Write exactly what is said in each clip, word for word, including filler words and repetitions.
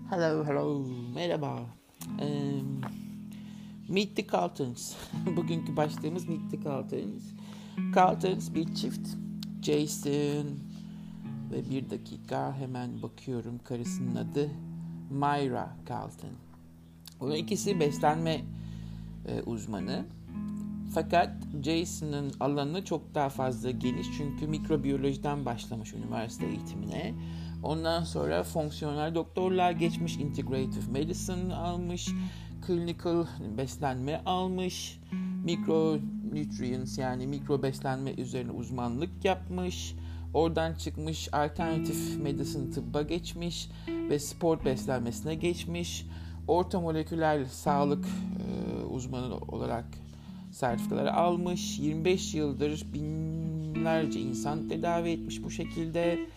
Hello, hello, merhaba. Ee, Meet the Carltons. Bugünkü başlığımız Meet the Carltons. Carltons bir çift. Jason ve bir dakika hemen bakıyorum karısının adı Myra Carlton. Bunun ikisi beslenme e, uzmanı. Fakat Jason'ın alanı çok daha fazla geniş çünkü mikrobiyolojiden başlamış üniversite eğitimine. Ondan sonra fonksiyonel doktorluğa geçmiş, integrative medicine almış, clinical beslenme almış, micronutrients yani mikro beslenme üzerine uzmanlık yapmış. Oradan çıkmış alternatif medicine tıbba geçmiş ve spor beslenmesine geçmiş. Orta moleküler sağlık e, uzmanı olarak sertifikaları almış. yirmi beş yıldır binlerce insan tedavi etmiş bu şekilde.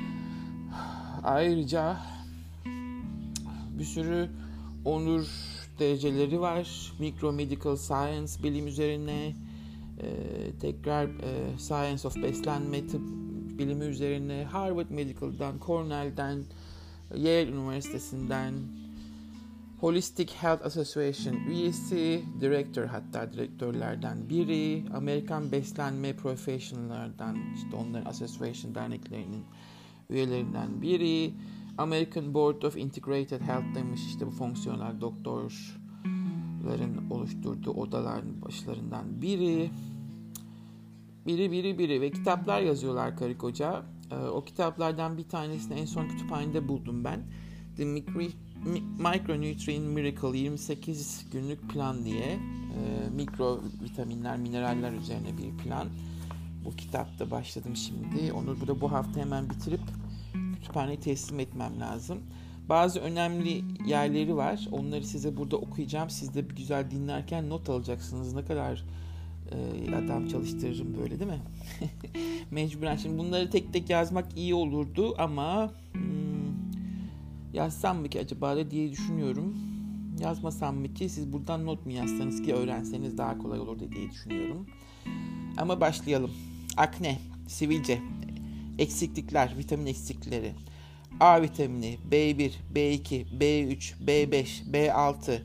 Ayrıca bir sürü onur dereceleri var. Micro Medical Science bilim üzerine, e, tekrar e, Science of Beslenme tıp bilimi üzerine, Harvard Medical'dan, Cornell'den, Yale Üniversitesi'nden, Holistic Health Association üyesi, direktör hatta direktörlerden biri, Amerikan Beslenme Professional'lardan, işte onların Association derneklerinin üyelerinden biri, American Board of Integrated Health demiş, işte bu fonksiyonel doktorların oluşturduğu odaların başlarından biri. Biri biri biri ve kitaplar yazıyorlar karı koca. Ee, o kitaplardan bir tanesini en son kütüphanede buldum ben. The Micro, Micronutrient Miracle yirmi sekiz günlük plan diye. Ee, mikro vitaminler, mineraller üzerine bir plan. Bu kitapta başladım şimdi. Onu burada bu hafta hemen bitirip kütüphaneye teslim etmem lazım. Bazı önemli yerleri var. Onları size burada okuyacağım. Siz de bir güzel dinlerken not alacaksınız. Ne kadar e, adam çalıştırırım böyle, değil mi? Mecburen. Şimdi bunları tek tek yazmak iyi olurdu ama hmm, yazsam mı ki acaba da diye düşünüyorum. Yazmasam mı ki siz buradan not mu yazsanız ki öğrenseniz daha kolay olur diye düşünüyorum. Ama başlayalım. Akne, sivilce, eksiklikler, vitamin eksiklikleri. A vitamini, B bir, B iki, B üç, B beş, B altı.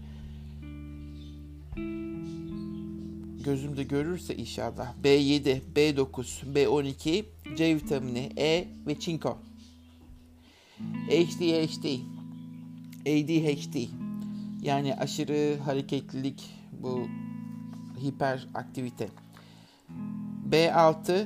Gözümde görürse inşallah. B yedi, B dokuz, B on iki, C vitamini, E ve çinko. A D H D, A D H D. Yani aşırı hareketlilik, bu hiperaktivite. B altı,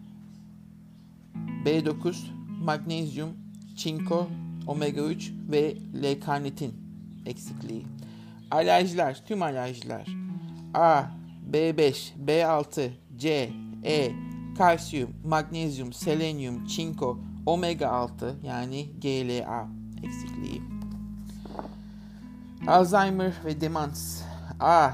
B dokuz, magnezyum, çinko, omega üç ve L-karnitin eksikliği. Alerjiler, tüm alerjiler. A, B beş, B altı, C, E, kalsiyum, magnezyum, selenyum, çinko, omega altı yani G L A eksikliği. Alzheimer ve demans. A,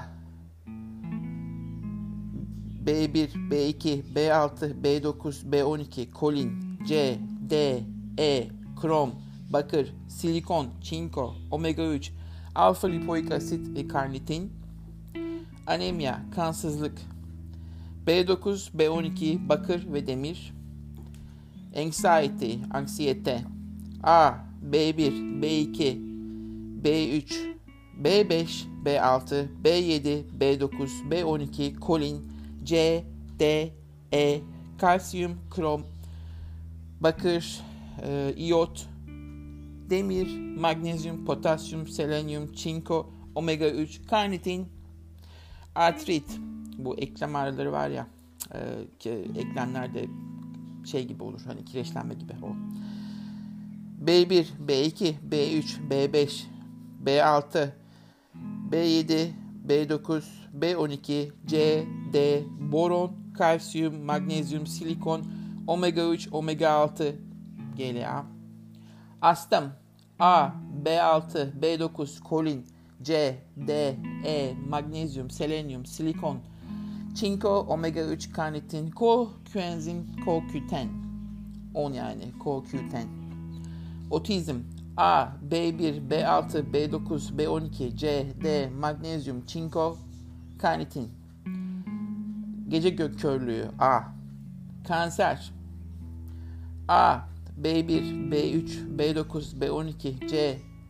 B bir, B iki, B altı, B dokuz, B on iki, kolin, C, D, E, krom, bakır, silikon, çinko, omega üç, alfa lipoik asit ve karnitin. Anemia, kansızlık, B dokuz, B on iki, bakır ve demir. Anxiety, anksiyete. A, B bir, B iki, B üç, B beş, B altı, B yedi, B dokuz, B on iki, kolin, C, D, E, kalsiyum, krom, bakır, e, iyot, demir, magnezyum, potasyum, selenyum, çinko, omega üç, karnitin. Artrit, bu eklem ağrıları var ya, e, eklemlerde şey gibi olur, hani kireçlenme gibi o. B bir, B iki, B üç, B beş, B altı, B yedi, B dokuz, B on iki, C, D, boron, kalsiyum, magnezyum, silikon, omega üç, omega altı, G L A. Astım, A, B altı, B dokuz, kolin, C, D, E, magnezyum, selenyum, silikon, çinko, omega üç, karnitin, koenzim, ko Q on. on yani ko Q on. Otizm, A, B bir, B altı, B dokuz, B on iki, C, D, magnezyum, çinko, karnitin. Gece gök körlüğü, A. Kanser, A, B bir, B üç, B dokuz, B on iki, C,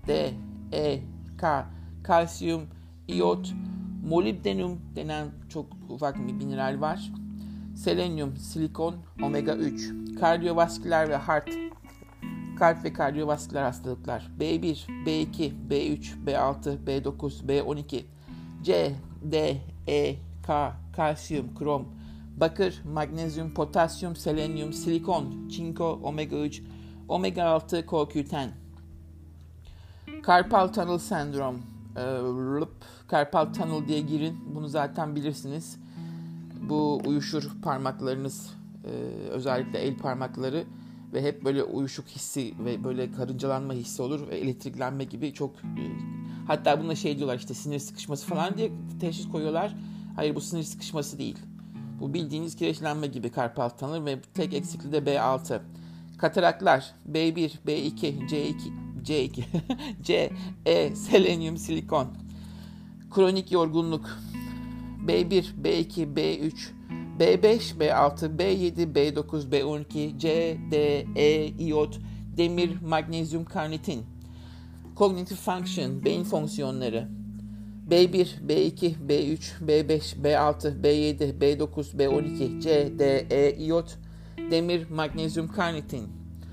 D, E, K, kalsiyum, iyot, molibdenum denen çok ufak bir mineral var. Selenyum, silikon, omega üç, kardiyovasküler ve heart, kalp ve kardiyovasküler hastalıklar. B bir, B iki, B üç, B altı, B dokuz, B on iki, C, D, E, K, kalsiyum, krom, bakır, magnezyum, potasyum, selenyum, silikon, çinko, omega üç, omega altı, Q Q on. Carpal tunnel sendrom. Ee, Carpal tunnel diye girin. Bunu zaten bilirsiniz. Bu uyuşur parmaklarınız, e, özellikle el parmakları ve hep böyle uyuşuk hissi ve böyle karıncalanma hissi olur ve elektriklenme gibi çok e, hatta buna şey diyorlar işte sinir sıkışması falan diye teşhis koyuyorlar. Hayır, bu sinir sıkışması değil. Bu bildiğiniz kireçlenme gibi carpal tunnel ve tek eksikliği de B altı. Kataraklar B bir, B iki, C iki, C iki, C, E, selenyum, silikon. Kronik yorgunluk B bir, B iki, B üç, B beş, B altı, B yedi, B dokuz, B on iki, C, D, E, iyot, demir, magnezyum, karnitin. Cognitive function, beyin fonksiyonları. B bir, B iki, B üç, B beş, B altı, B yedi, B dokuz, B on iki, C, D, E, iyot, demir, magnezyum, karnitin.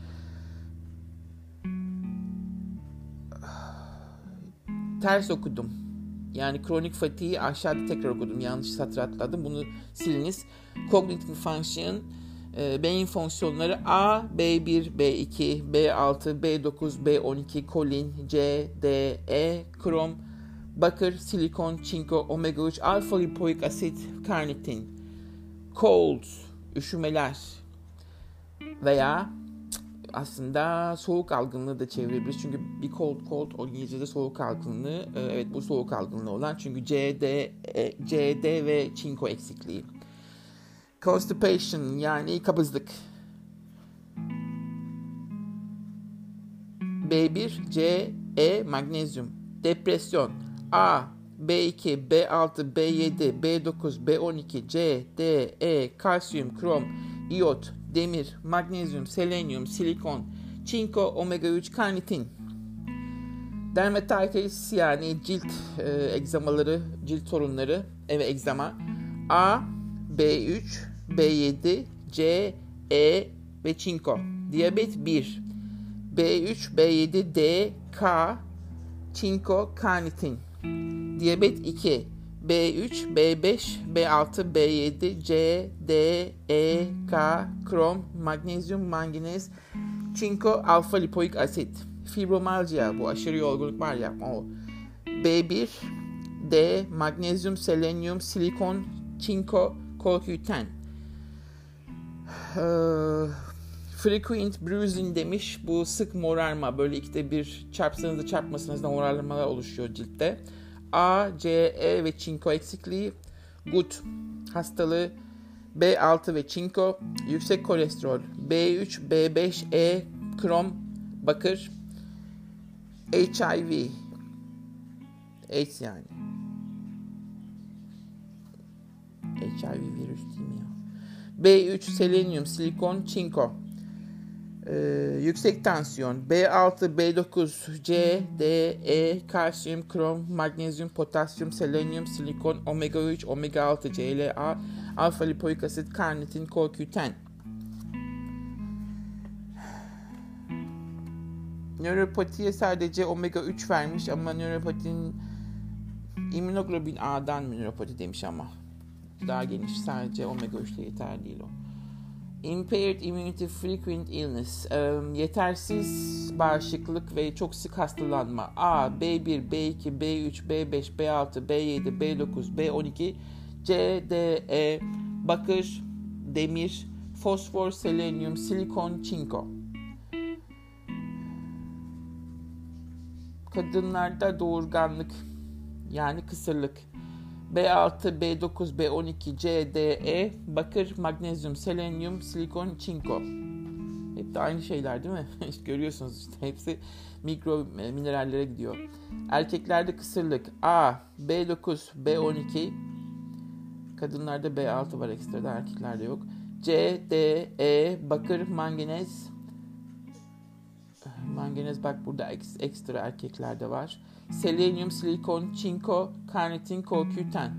Ters okudum. Yani kronik fatiği aşağıda tekrar okudum. Yanlış satır atladım. Bunu siliniz. Cognitive function, e, beyin fonksiyonları A, B bir, B iki, B altı, B dokuz, B on iki, kolin, C, D, E, krom, bakır, silikon, çinko, omega üç, alfa lipoik asit, karnitin. Cold, üşümeler veya aslında soğuk algınlığı da çevirebiliriz. Çünkü bir cold cold o İngilizce'de soğuk algınlığı. Evet, bu soğuk algınlığı olan. Çünkü C, D, e, C, D ve çinko eksikliği. Constipation yani kabızlık. B bir, C, E, magnezyum. Depresyon A, B iki, B altı, B yedi, B dokuz, B on iki, C, D, E, kalsiyum, krom, iyot, demir, magnezyum, selenyum, silikon, çinko, omega üç, karnitin. Dermatitis yani cilt e, egzamaları, cilt sorunları ve egzama. A, B üç, B yedi, C, E ve çinko. Diyabet bir, B üç, B yedi, D, K, çinko, karnitin. Diyabet iki, B üç, B beş, B altı, B yedi, C, D, E, K, krom, magnezyum, manganez, çinko, alfa lipoik asit. Fibromalgia, bu aşırı yorgunluk var ya o. B bir, D, magnezyum, selenyum, silikon, çinko, Q Q on. Ee, frequent bruising demiş. Bu sık morarma. Böyle ikide bir çarpsanız da çarpmasanız da morarmalar oluşuyor ciltte. A, C, E ve çinko eksikliği. Gut hastalığı. B altı ve çinko. Yüksek kolesterol. B üç, B beş, E, krom, bakır. H I V. AIDS yani. H I V virüs değil mi ya? B üç, selenyum, silikon, çinko. Ee, yüksek tansiyon. B altı, B dokuz, C, D, E, kalsiyum, krom, magnezyum, potasyum, selenyum, silikon, omega üç, omega altı, C L A, alfa lipoik asit, karnitin, Q Q on. Nöropatiye sadece omega üç vermiş ama nöropatinin immünoglobulin A'dan nöropati demiş ama. Daha geniş, sadece omega üç de yeterli değil o. Impaired immunity, frequent illness, e, yetersiz bağışıklık ve çok sık hastalanma. A, B bir, B iki, B üç, B beş, B altı, B yedi, B dokuz, B on iki, C, D, E, bakır, demir, fosfor, selenyum, silikon, çinko. Kadınlarda doğurganlık yani kısırlık. B altı, B dokuz, B on iki, C, D, E, bakır, magnezyum, selenyum, silikon, çinko. Hep de aynı şeyler değil mi? İşte görüyorsunuz işte hepsi mikro minerallere gidiyor. Erkeklerde kısırlık A, B dokuz, B on iki. Kadınlarda B altı var ekstrada, erkeklerde yok. C, D, E, bakır, manganez, Manganez bak burada ekstra erkeklerde var. Selenyum, silikon, çinko, karnitin, Q Q on.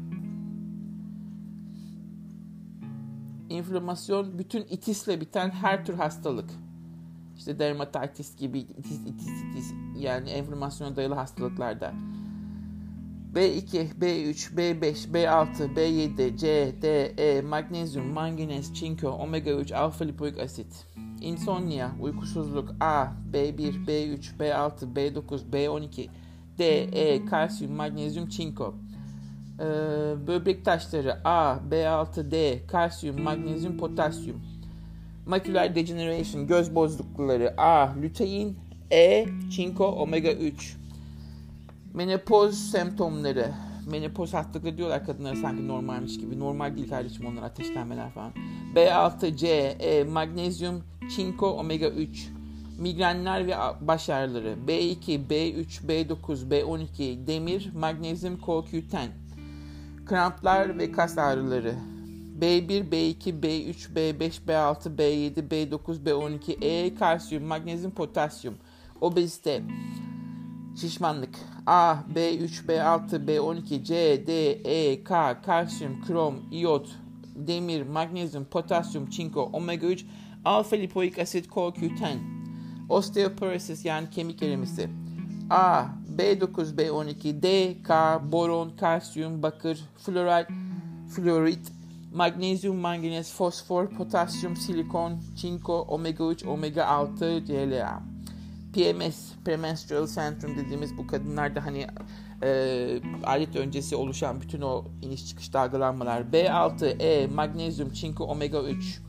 İnflamasyon bütün itisle biten her tür hastalık. İşte dermatitis gibi itis, itis, itis yani enflamasyona dayalı hastalıklarda. B iki, B üç, B beş, B altı, B yedi, C, D, E, magnezyum, manganez, çinko, omega üç, alfa lipoik asit. İnsomnia, uykusuzluk, A, B bir, B üç, B altı, B dokuz, B on iki, D, E, kalsiyum, magnezyum, çinko. Ee, böbrek taşları A, B altı, D, kalsiyum, magnezyum, potasyum. Macular degeneration, göz bozuklukları A, lutein, E, çinko, omega üç. Menopoz semptomları. Menopoz hastalıkları diyorlar kadınlara sanki normalmiş gibi. Normal değil kardeşim onlar, ateşlenmeler falan. B altı, C, E, magnezyum, çinko, omega üç. Migrenler ve baş ağrıları. B iki, B üç, B dokuz, B on iki, demir, magnezyum, Q Q on. Kramplar ve kas ağrıları. B bir, B iki, B üç, B beş, B altı, B yedi, B dokuz, B on iki, E, kalsiyum, magnezyum, potasyum. Obezite. Şişmanlık. A, B üç, B altı, B on iki, C, D, E, K, kalsiyum, krom, iyot, demir, magnezyum, potasyum, çinko, omega üç, alfa lipoik asit, Q Q on. Osteoporosis yani kemik erimesi. A, B dokuz, B on iki, D, K, boron, kalsiyum, bakır, fluorit, fluorit, magnezyum, manganez, fosfor, potasyum, silikon, çinko, omega üç, omega altı, C L A. P M S, premenstrual syndrome dediğimiz bu kadınlarda hani e, adet öncesi oluşan bütün o iniş çıkış dalgalanmalar. B altı, E, magnezyum, çinko, omega üç.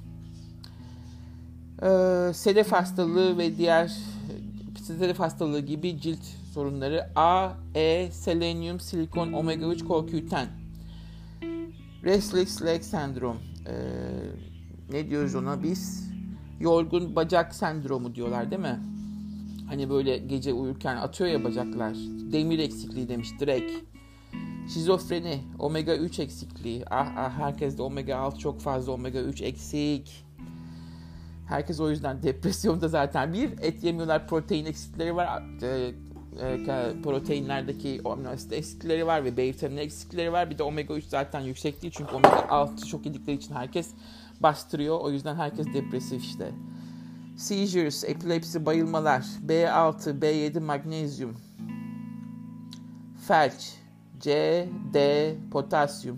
E, sedef hastalığı ve diğer sedef hastalığı gibi cilt sorunları A, E, selenyum, silikon, omega üç, Q Q on. Restless leg sendrom. E, ne diyoruz ona biz? Yorgun bacak sendromu diyorlar değil mi? Hani böyle gece uyurken atıyor ya bacaklar. Demir eksikliği demiş direkt. Şizofreni, omega üç eksikliği. Ah ah herkeste omega altı çok fazla, omega üç eksik. Herkes o yüzden depresyonda zaten. Bir, et yemiyorlar, protein eksikleri var. E, e, proteinlerdeki amino asit eksikleri var ve B vitamini eksikleri var. Bir de omega üç zaten yüksek değil. Çünkü omega altı çok yedikleri için herkes bastırıyor. O yüzden herkes depresif işte. Seizures, epilepsi, bayılmalar, B altı, B yedi, magnezyum, felç, C, D, potasyum,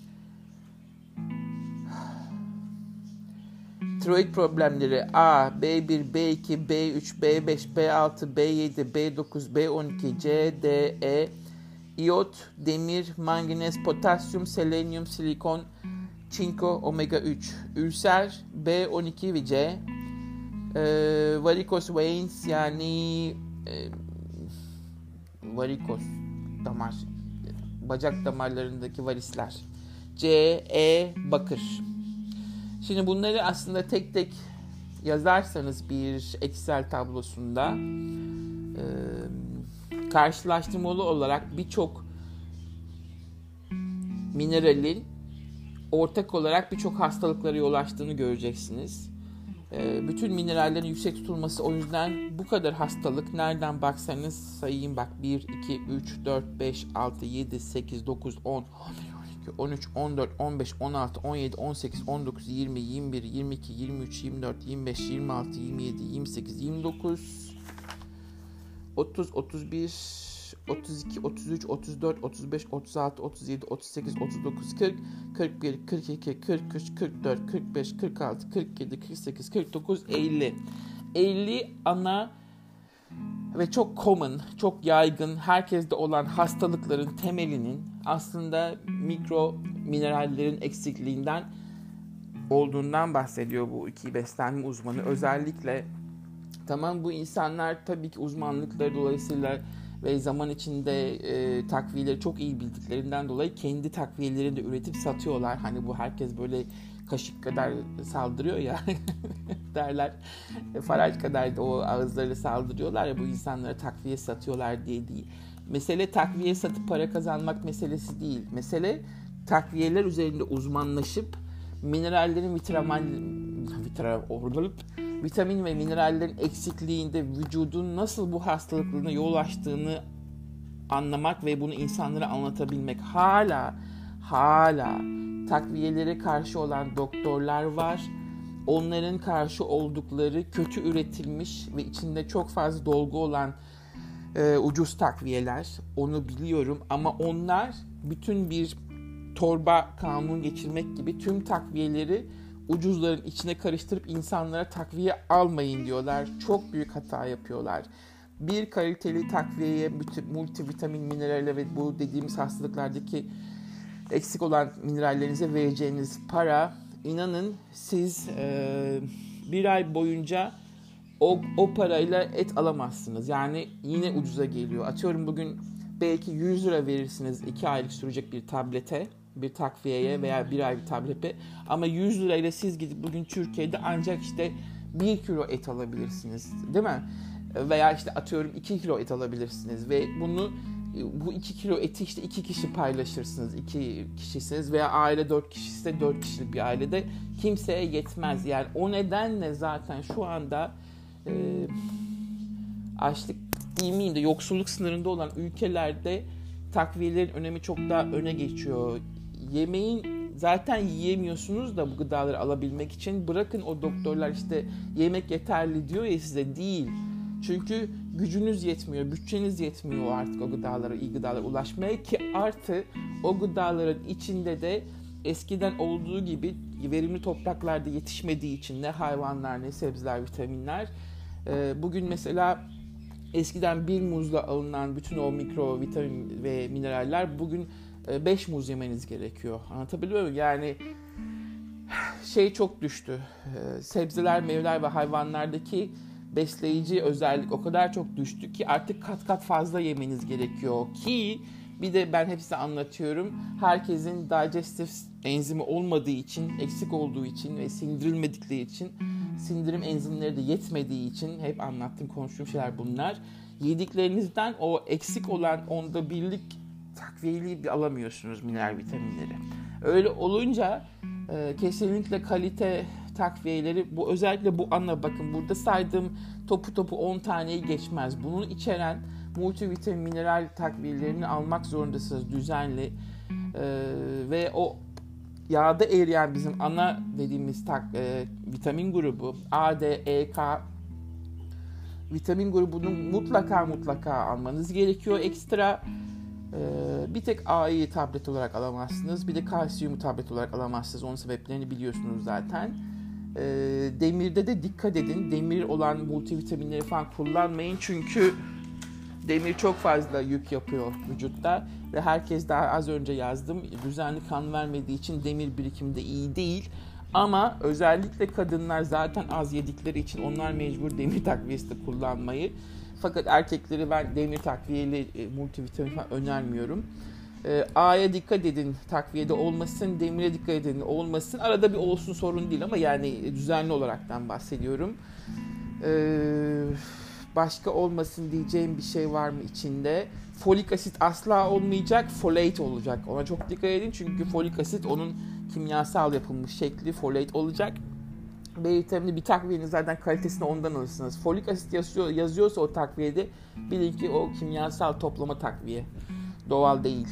tiroid problemleri A, B bir, B iki, B üç, B beş, B altı, B yedi, B dokuz, B on iki, C, D, E, iyot, demir, manganez, potasyum, selenyum, silikon, çinko, omega üç, ülser, B on iki ve C, e, varicose veins yani e, varikoz damar, bacak damarlarındaki varisler, C, E, bakır. Şimdi bunları aslında tek tek yazarsanız bir Excel tablosunda e, karşılaştırmalı olarak birçok mineralin ortak olarak birçok hastalıklara yol açtığını göreceksiniz. E, bütün minerallerin yüksek tutulması o yüzden bu kadar hastalık nereden baksanız sayayım bak bir, iki, üç, dört, beş, altı, yedi, sekiz, dokuz, on, on üç, on dört, on beş, on altı, on yedi, on sekiz, on dokuz, yirmi, yirmi bir, yirmi iki, yirmi üç, yirmi dört, yirmi beş, yirmi altı, yirmi yedi, yirmi sekiz, yirmi dokuz, otuz, otuz bir, otuz iki, otuz üç, otuz dört, otuz beş, otuz altı, otuz yedi, otuz sekiz, otuz dokuz, kırk, kırk bir, kırk iki, kırk üç, kırk dört, kırk beş, kırk altı, kırk yedi, kırk sekiz, kırk dokuz, elli. elli ana ve çok common, çok yaygın, herkeste olan hastalıkların temelinin aslında mikro minerallerin eksikliğinden olduğundan bahsediyor bu iki beslenme uzmanı. Özellikle tamam bu insanlar tabii ki uzmanlıkları dolayısıyla ve zaman içinde e, takviyeleri çok iyi bildiklerinden dolayı kendi takviyelerini de üretip satıyorlar. Hani bu herkes böyle kaşık kadar saldırıyor ya derler. E, faraj kadar da o ağızları saldırıyorlar ya bu insanlara takviye satıyorlar diye değil. Mesele takviye satıp para kazanmak meselesi değil. Mesele takviyeler üzerinde uzmanlaşıp minerallerin vitamin, vitamin, vitamin ve minerallerin eksikliğinde vücudun nasıl bu hastalıklarına yol açtığını anlamak ve bunu insanlara anlatabilmek. Hala hala takviyelere karşı olan doktorlar var. Onların karşı oldukları kötü üretilmiş ve içinde çok fazla dolgu olan e, ucuz takviyeler. Onu biliyorum ama onlar bütün bir torba kanun geçirmek gibi tüm takviyeleri ucuzların içine karıştırıp insanlara takviye almayın diyorlar. Çok büyük hata yapıyorlar. Bir kaliteli takviyeye multivitamin, minerale ve bu dediğimiz hastalıklardaki eksik olan minerallerinize vereceğiniz para, inanın siz e, bir ay boyunca o, o parayla et alamazsınız. Yani yine ucuza geliyor. Atıyorum bugün belki yüz lira verirsiniz iki aylık sürecek bir tablete, bir takviyeye veya bir ay bir tablete. Ama yüz lirayla siz gidip bugün Türkiye'de ancak işte bir kilo et alabilirsiniz. Değil mi? Veya işte atıyorum iki kilo et alabilirsiniz ve bunu bu iki kilo eti işte iki kişi paylaşırsınız. iki kişisiniz veya aile dört kişiyse dört kişilik bir ailede kimseye yetmez. Yani o nedenle zaten şu anda e, açlık demeyeyim de yoksulluk sınırında olan ülkelerde takviyelerin önemi çok daha öne geçiyor. Yemeğin zaten yiyemiyorsunuz da bu gıdaları alabilmek için, bırakın o doktorlar işte yemek yeterli diyor ya size, değil. Çünkü gücünüz yetmiyor, bütçeniz yetmiyor artık o gıdalara, iyi gıdalara ulaşmaya, ki artı o gıdaların içinde de eskiden olduğu gibi verimli topraklarda yetişmediği için ne hayvanlar ne sebzeler, vitaminler. Bugün mesela eskiden bir muzla alınan bütün o mikro vitamin ve mineraller bugün beş muz yemeniz gerekiyor. Anlatabiliyor muyum? Yani şey çok düştü. Sebzeler, meyveler ve hayvanlardaki besleyici özellik o kadar çok düştü ki artık kat kat fazla yemeniz gerekiyor ki bir de ben hepsini anlatıyorum. Herkesin digestif enzimi olmadığı için, eksik olduğu için ve sindirilmedikleri için, sindirim enzimleri de yetmediği için hep anlattığım, konuştuğum şeyler bunlar. Yediklerinizden o eksik olan onda birlik takviyeli alamıyorsunuz mineral vitaminleri. Öyle olunca e, kesinlikle kalite takviyeleri, bu özellikle bu ana bakın burada saydığım topu topu on taneyi geçmez. Bunun içeren multivitamin mineral takviyelerini almak zorundasınız düzenli ee, ve o yağda eriyen bizim ana dediğimiz tak, e, vitamin grubu A, D, E, K vitamin grubunu mutlaka mutlaka almanız gerekiyor ekstra. Ee, bir tek A'yı tablet olarak alamazsınız, bir de kalsiyumu tablet olarak alamazsınız. Onun sebeplerini biliyorsunuz zaten. E, demirde de dikkat edin. Demir olan multivitaminleri falan kullanmayın. Çünkü demir çok fazla yük yapıyor vücutta. Ve herkes daha az önce yazdım, düzenli kan vermediği için demir birikimi de iyi değil. Ama özellikle kadınlar zaten az yedikleri için onlar mecbur demir takviyesi de kullanmayı. Fakat erkekleri ben demir takviyeli e, multivitamin falan önermiyorum. E, A'ya dikkat edin, takviyede olmasın, demire dikkat edin, olmasın. Arada bir olsun, sorun değil ama yani düzenli olaraktan bahsediyorum. E, başka olmasın diyeceğim bir şey var mı içinde? Folik asit asla olmayacak, folate olacak. Ona çok dikkat edin çünkü folik asit onun kimyasal yapılmış şekli folate olacak. B vitamini bir takviyenin zaten kalitesini ondan alırsınız. Folik asit yazıyor, yazıyorsa o takviyede bilin ki o kimyasal toplama takviye. Doğal değil.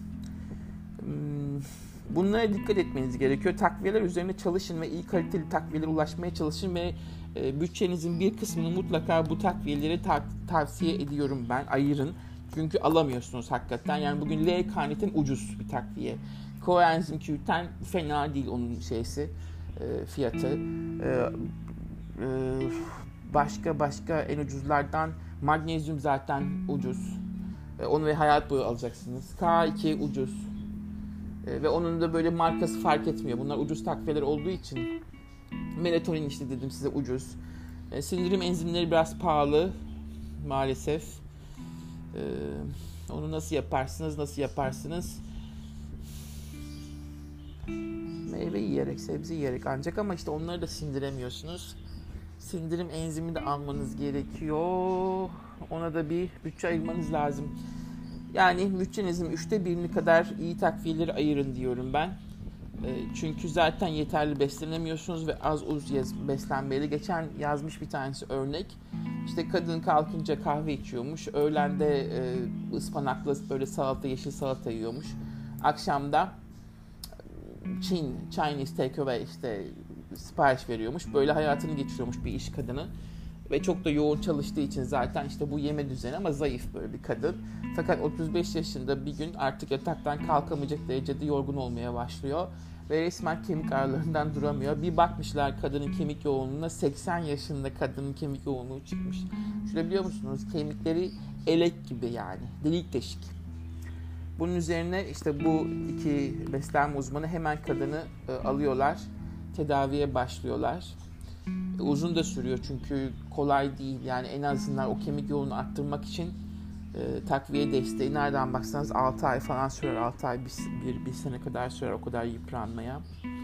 Bunlara dikkat etmeniz gerekiyor. Takviyeler üzerine çalışın ve iyi kaliteli takviyelere ulaşmaya çalışın ve e, bütçenizin bir kısmını mutlaka bu takviyeleri ta- tavsiye ediyorum ben. Ayırın. Çünkü alamıyorsunuz hakikaten. Yani bugün L-karnitin ucuz bir takviye. Coenzim Q ten fena değil onun şeysi. Fiyatı. Başka başka en ucuzlardan magnezyum zaten ucuz. Onu ve hayat boyu alacaksınız. K iki ucuz. Ve onun da böyle markası fark etmiyor. Bunlar ucuz takviyeler olduğu için. Melatonin işte dedim size ucuz. Sindirim enzimleri biraz pahalı maalesef. Onu nasıl yaparsınız? Nasıl yaparsınız? Meyve yiyerek, sebze yiyerek ancak, ama işte onları da sindiremiyorsunuz. Sindirim enzimi de almanız gerekiyor. Ona da bir bütçe ayırmanız lazım. Yani bütçenizin üçte birini kadar iyi takviyeleri ayırın diyorum ben. Çünkü zaten yeterli beslenemiyorsunuz ve az uz beslenmeli. Geçen yazmış bir tanesi örnek. İşte kadın kalkınca kahve içiyormuş. Öğlende e, ıspanaklı böyle salata, yeşil salata yiyormuş. Akşamda Çin, Chinese takeaway işte sipariş veriyormuş. Böyle hayatını geçiriyormuş bir iş kadını. Ve çok da yoğun çalıştığı için zaten işte bu yeme düzeni ama zayıf böyle bir kadın. Fakat otuz beş yaşında bir gün artık yataktan kalkamayacak derecede yorgun olmaya başlıyor. Ve resmen kemik ağrılarından duramıyor. Bir bakmışlar kadının kemik yoğunluğuna, seksen yaşında kadının kemik yoğunluğu çıkmış. Şöyle biliyor musunuz? Kemikleri elek gibi yani. Delik deşik. Bunun üzerine işte bu iki beslenme uzmanı hemen kadını e, alıyorlar. Tedaviye başlıyorlar. E, uzun da sürüyor çünkü kolay değil. Yani en azından o kemik yoğunluğunu arttırmak için e, takviye desteği nereden baksanız altı ay falan sürer. altı ay, bir, bir, bir sene kadar sürer o kadar yıpranmaya.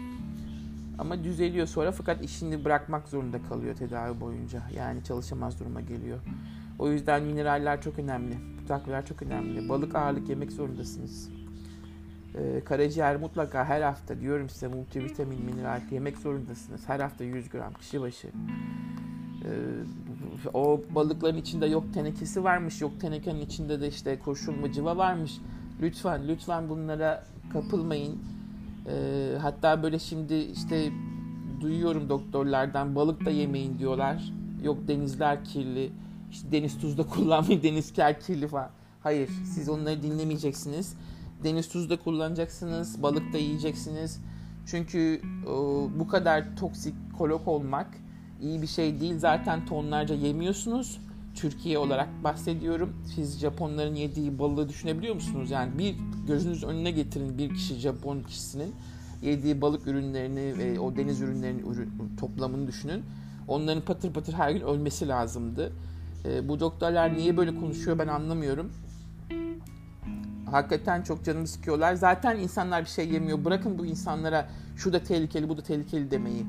Ama düzeliyor sonra fakat işini bırakmak zorunda kalıyor tedavi boyunca. Yani çalışamaz duruma geliyor. O yüzden mineraller çok önemli. Takviyeler çok önemli. Balık ağırlık yemek zorundasınız. Ee, karaciğer mutlaka her hafta diyorum size multivitamin, mineral yemek zorundasınız. Her hafta yüz gram kişi başı. Ee, o balıkların içinde yok tenekesi varmış. Yok tenekenin içinde de işte kurşun mıcıva varmış. Lütfen lütfen bunlara kapılmayın. Ee, hatta böyle şimdi işte duyuyorum doktorlardan balık da yemeyin diyorlar. Yok denizler kirli. İşte deniz tuzu da kullanmayın, deniz kirli falan. Hayır, siz onları dinlemeyeceksiniz. Deniz tuzu da kullanacaksınız, balık da yiyeceksiniz. Çünkü o, bu kadar toksik kolok olmak iyi bir şey değil. Zaten tonlarca yemiyorsunuz. Türkiye olarak bahsediyorum. Siz Japonların yediği balığı düşünebiliyor musunuz? Yani bir gözünüz önüne getirin bir kişi Japon kişisinin yediği balık ürünlerini ve o deniz ürünlerinin ürün, toplamını düşünün. Onların patır patır her gün ölmesi lazımdı. E, bu doktorlar niye böyle konuşuyor ben anlamıyorum. Hakikaten çok canımı sıkıyorlar. Zaten insanlar bir şey yemiyor. Bırakın bu insanlara şu da tehlikeli, bu da tehlikeli demeyi.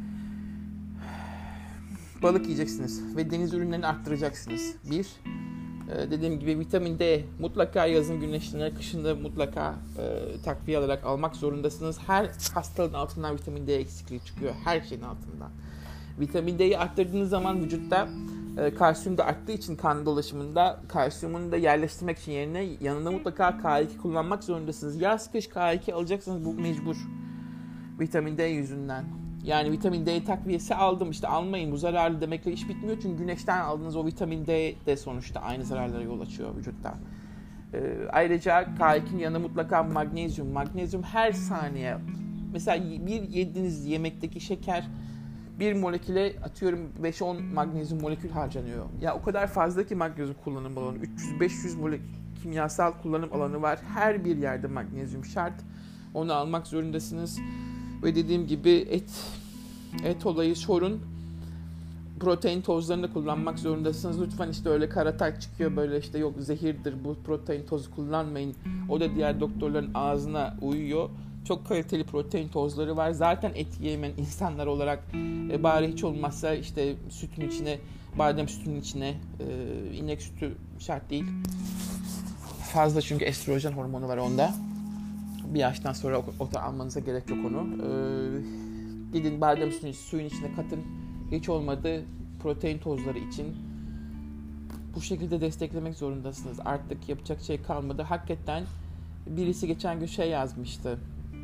Balık yiyeceksiniz ve deniz ürünlerini arttıracaksınız. Bir, e, dediğim gibi vitamin D mutlaka yazın güneşlerine, kışında mutlaka e, takviye alarak almak zorundasınız. Her hastalığın altından vitamin D eksikliği çıkıyor. Her şeyin altından. Vitamin D'yi arttırdığınız zaman vücutta e, kalsiyum da arttığı için kan dolaşımında kalsiyumunu da yerleştirmek için yerine yanında mutlaka K iki kullanmak zorundasınız. Yaz kış K iki alacaksınız, bu mecbur. Vitamin D yüzünden. Yani vitamin D takviyesi aldım işte almayın bu zararlı demekle iş bitmiyor. Çünkü güneşten aldığınız o vitamin D de sonuçta aynı zararlara yol açıyor vücutta. E, ayrıca K ikinin yanında mutlaka magnezyum. Magnezyum her saniye. Mesela bir yediğiniz yemekteki şeker bir moleküle atıyorum beş on magnezyum molekül harcanıyor. Ya o kadar fazla ki magnezyum kullanım alanı. üç yüz beş yüz molekül kimyasal kullanım alanı var. Her bir yerde magnezyum şart. Onu almak zorundasınız. Ve dediğim gibi et et olayı sorun. Protein tozlarını da kullanmak zorundasınız. Lütfen işte öyle karatak çıkıyor böyle işte yok zehirdir bu protein tozu kullanmayın. O da diğer doktorların ağzına uyuyor. Çok kaliteli protein tozları var. Zaten et yemeyen insanlar olarak e, bari hiç olmazsa işte sütün içine, badem sütünün içine, e, inek sütü şart değil. Fazla çünkü estrojen hormonu var onda. Bir yaştan sonra o, o da almanıza gerek yok onu. E, gidin badem sütünü suyun içine katın. Hiç olmadı protein tozları için. Bu şekilde desteklemek zorundasınız. Artık yapacak şey kalmadı. Hakikaten birisi geçen gün şey yazmıştı.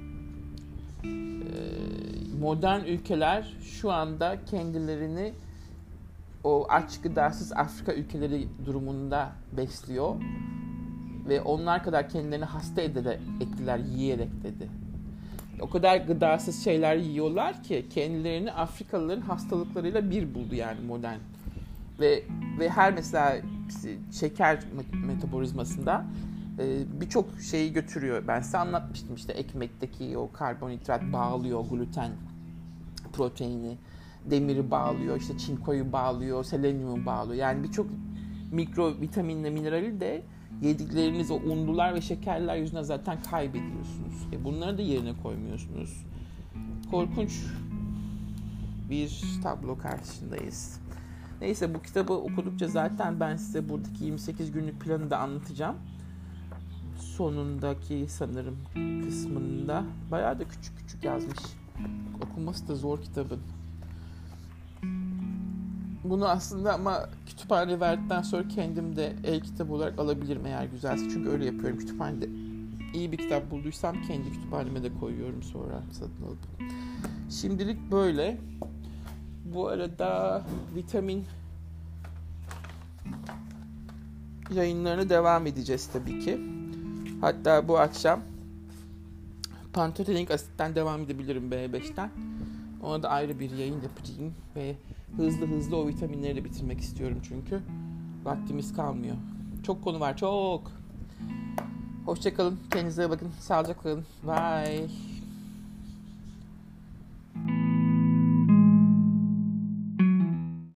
Modern ülkeler şu anda kendilerini o aç gıdasız Afrika ülkeleri durumunda besliyor ve onlar kadar kendilerini hasta ederek, ettiler yiyerek dedi. O kadar gıdasız şeyler yiyorlar ki kendilerini Afrikalıların hastalıklarıyla bir buldu yani modern. Ve ve her mesela şeker metabolizmasında birçok şeyi götürüyor. Ben size anlatmıştım işte ekmekteki o karbonhidrat bağlıyor, gluten proteini, demiri bağlıyor, işte çinkoyu bağlıyor, selenyumu bağlıyor. Yani birçok mikro vitaminle minerali de yedikleriniz o unlular ve şekerler yüzünden zaten kaybediyorsunuz. E bunları da yerine koymuyorsunuz. Korkunç bir tablo karşısındayız. Neyse bu kitabı okudukça zaten ben size buradaki yirmi sekiz günlük planı da anlatacağım. sonundaki sanırım kısmında. Bayağı da küçük küçük yazmış. Okunması da zor kitabın. Bunu aslında ama kütüphaneye verdikten sonra kendim de el kitabı olarak alabilirim eğer güzelse. Çünkü öyle yapıyorum kütüphanede. İyi bir kitap bulduysam kendi kütüphaneme de koyuyorum sonra satın alıp. Şimdilik böyle. Bu arada vitamin yayınlarına devam edeceğiz tabii ki. Hatta bu akşam pantotenilik asitten devam edebilirim B beşten. Ona da ayrı bir yayın yapacağım ve hızlı hızlı o vitaminleri de bitirmek istiyorum çünkü vaktimiz kalmıyor. Çok konu var, çok. Hoşça kalın, kendinize bakın, sağlıcakla kalın. Bye.